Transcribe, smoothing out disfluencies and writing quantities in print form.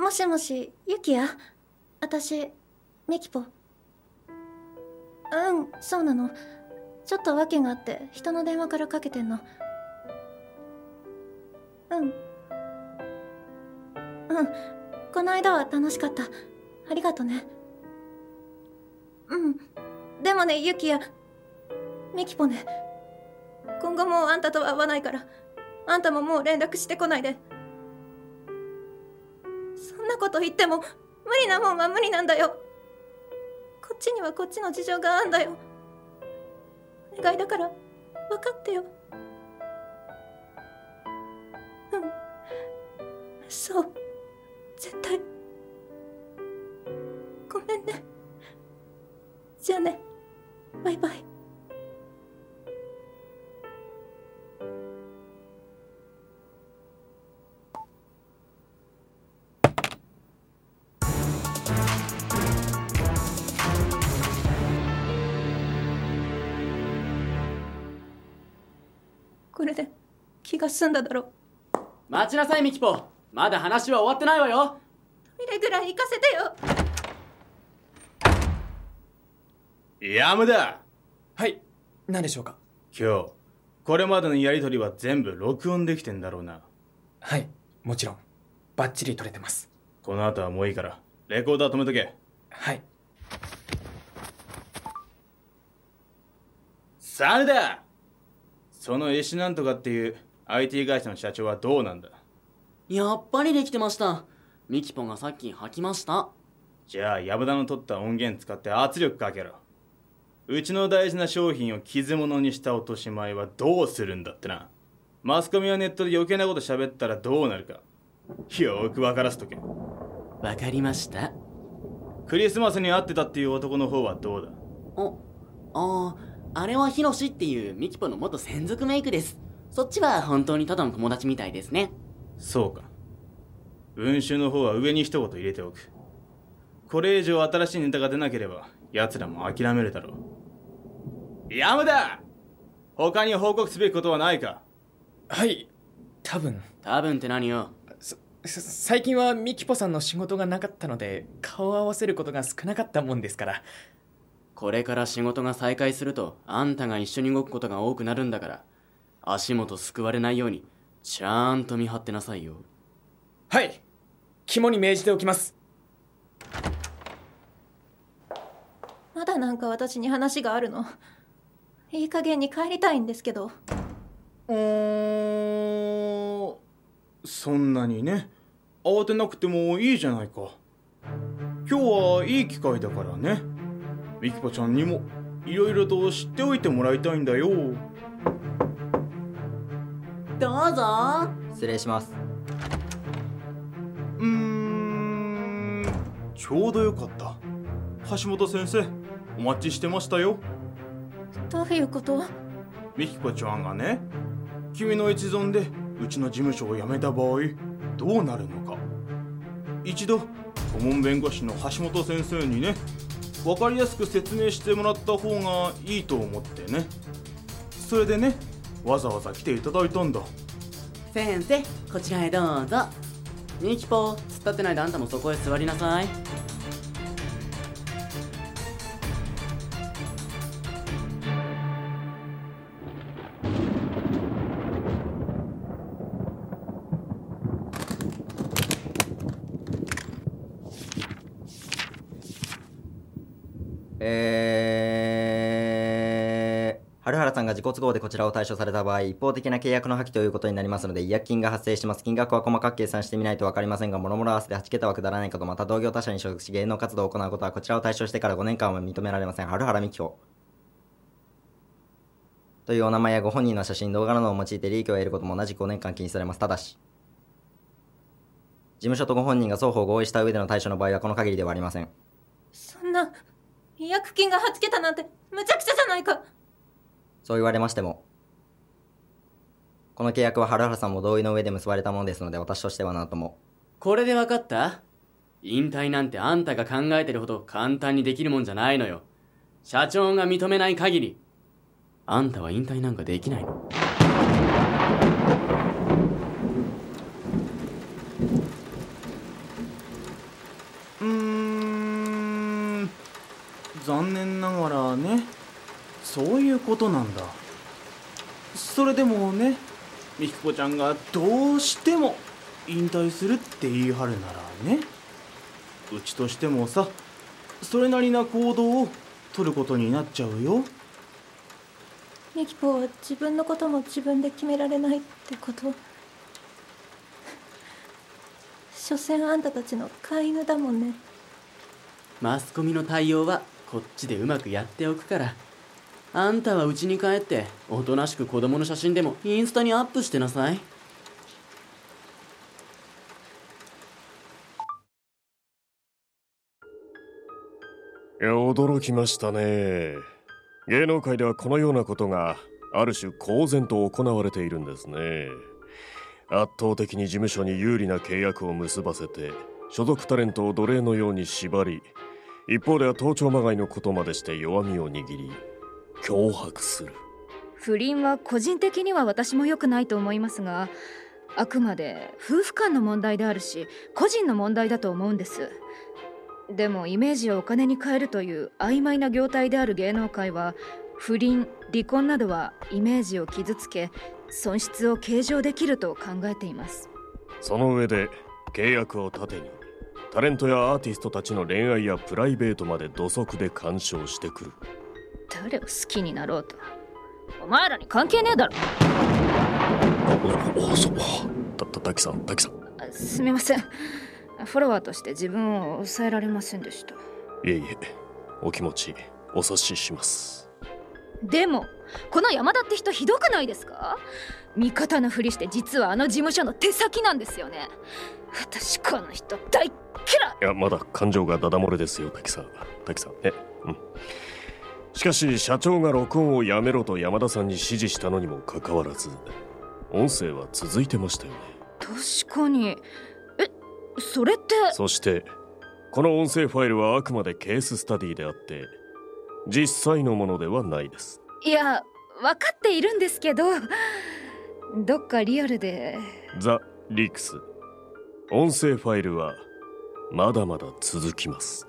もしもし、ユキヤ？私、ミキポ。そうなの。ちょっと訳があって人の電話からかけてんの。この間は楽しかった。ありがとね。でもね、ユキヤ、ミキポね、今後もうあんたとは会わないから、あんたももう連絡してこないで。そんなこと言っても無理なもんは無理なんだよ。こっちにはこっちの事情があんだよ。お願いだから分かってよ。そう、絶対。ごめんね。じゃあね、バイバイ。これで気が済んだだろう。 待ちなさいミキポ、まだ話は終わってないわよ。 トイレぐらい行かせてよ。 山田。 はい、何でしょうか。 今日これまでのやりとりは全部録音できてんだろうな。 はい、もちろんバッチリ撮れてます。 この後はもういいからレコーダー止めとけ。 はい。 さあだ、その石なんとかっていう IT 会社の社長はどうなんだ。 やっぱりできてました。ミキポがさっき吐きました。 じゃあ山田の取った音源使って圧力かけろ。うちの大事な商品を傷物にした落とし前はどうするんだってな。マスコミやネットで余計なこと喋ったらどうなるかよーく分からせとけ。 わかりました。 クリスマスに会ってたっていう男の方はどうだ。 あれはヒロシっていうミキポの元専属メイクです。そっちは本当にただの友達みたいですね。 そうか。文集の方は上に一言入れておく。これ以上新しいネタが出なければ奴らも諦めるだろう。山田、他に報告すべきことはないか。 はい、多分って何よ。 最近はミキポさんの仕事がなかったので顔を合わせることが少なかったもんですから。 これから仕事が再開するとあんたが一緒に動くことが多くなるんだから、足元すくわれないようにちゃんと見張ってなさいよ。 はい、肝に銘じておきます。 まだなんか私に話があるの？いい加減に帰りたいんですけど。 そんなにね、慌てなくてもいいじゃないか。今日はいい機会だからね。ミキポちゃんにもいろいろと知っておいてもらいたいんだよ。 どうぞ。 失礼します。 ちょうどよかった。橋本先生、お待ちしてましたよ。 どういうこと？ ミキポちゃんがね、君の一存でうちの事務所を辞めた場合どうなるのか、一度顧問弁護士の橋本先生にね、分かりやすく説明してもらった方がいいと思ってね。それでね、わざわざ来ていただいたんだ。 先生、こちらへどうぞ。ミキポ、突っ立ってないであんたもそこへ座りなさい。 春原さんが自己都合でこちらを対象された場合、一方的な契約の破棄ということになりますので、違約金が発生します。金額は細かく計算してみないと分かりませんが、もろもろ合わせて8桁はくだらないこと、また同業他社に所属し芸能活動を行うことはこちらを対象してから5年間は認められません。春原美希子というお名前やご本人の写真、動画などを用いて利益を得ることも同じく5年間禁止されます。ただし、事務所とご本人が双方合意した上での対処の場合はこの限りではありません。 そんな、違約金が8桁なんてむちゃくちゃじゃないか。 そう言われましても、この契約は春原さんも同意の上で結ばれたものですので、私としては何とも。 これで分かった？引退なんてあんたが考えてるほど簡単にできるもんじゃないのよ。社長が認めない限りあんたは引退なんかできないの。 あらね、そういうことなんだ。それでもね、みきこちゃんがどうしても引退するって言い張るならね、うちとしてもさ、それなりな行動を取ることになっちゃうよ。 ミキポは自分のことも自分で決められないってこと。所詮あんたたちの飼い犬だもんね。 マスコミの対応はこっちでうまくやっておくから、あんたは家に帰っておとなしく子供の写真でもインスタにアップしてなさい。 いや、驚きましたね。芸能界ではこのようなことがある種公然と行われているんですね。圧倒的に事務所に有利な契約を結ばせて所属タレントを奴隷のように縛り、一方では盗聴まがいのことまでして弱みを握り脅迫する。 不倫は個人的には私も良くないと思いますが、あくまで夫婦間の問題であるし個人の問題だと思うんです。でもイメージをお金に換えるという曖昧な業態である芸能界は、不倫、離婚などはイメージを傷つけ損失を計上できると考えています。 その上で契約を盾にタレントやアーティストたちの恋愛やプライベートまで土足で干渉してくる。 誰を好きになろうとお前らに関係ねえだろ。 滝さんすみません、フォロワーとして自分を抑えられませんでした。 いえいえ、お気持ちお察しします。 でもこの山田って人ひどくないですか？味方のふりして実はあの事務所の手先なんですよね。私この人大嫌い。 いや、まだ感情がダダ漏れですよ、滝さんね。しかし社長が録音をやめろと山田さんに指示したのにもかかわらず音声は続いてましたよね。 確かに。それって。 そしてこの音声ファイルはあくまでケーススタディであって実際のものではないです。 いや、分かっているんですけど、どっかリアルで。 ザ・リークス、音声ファイルはまだまだ続きます。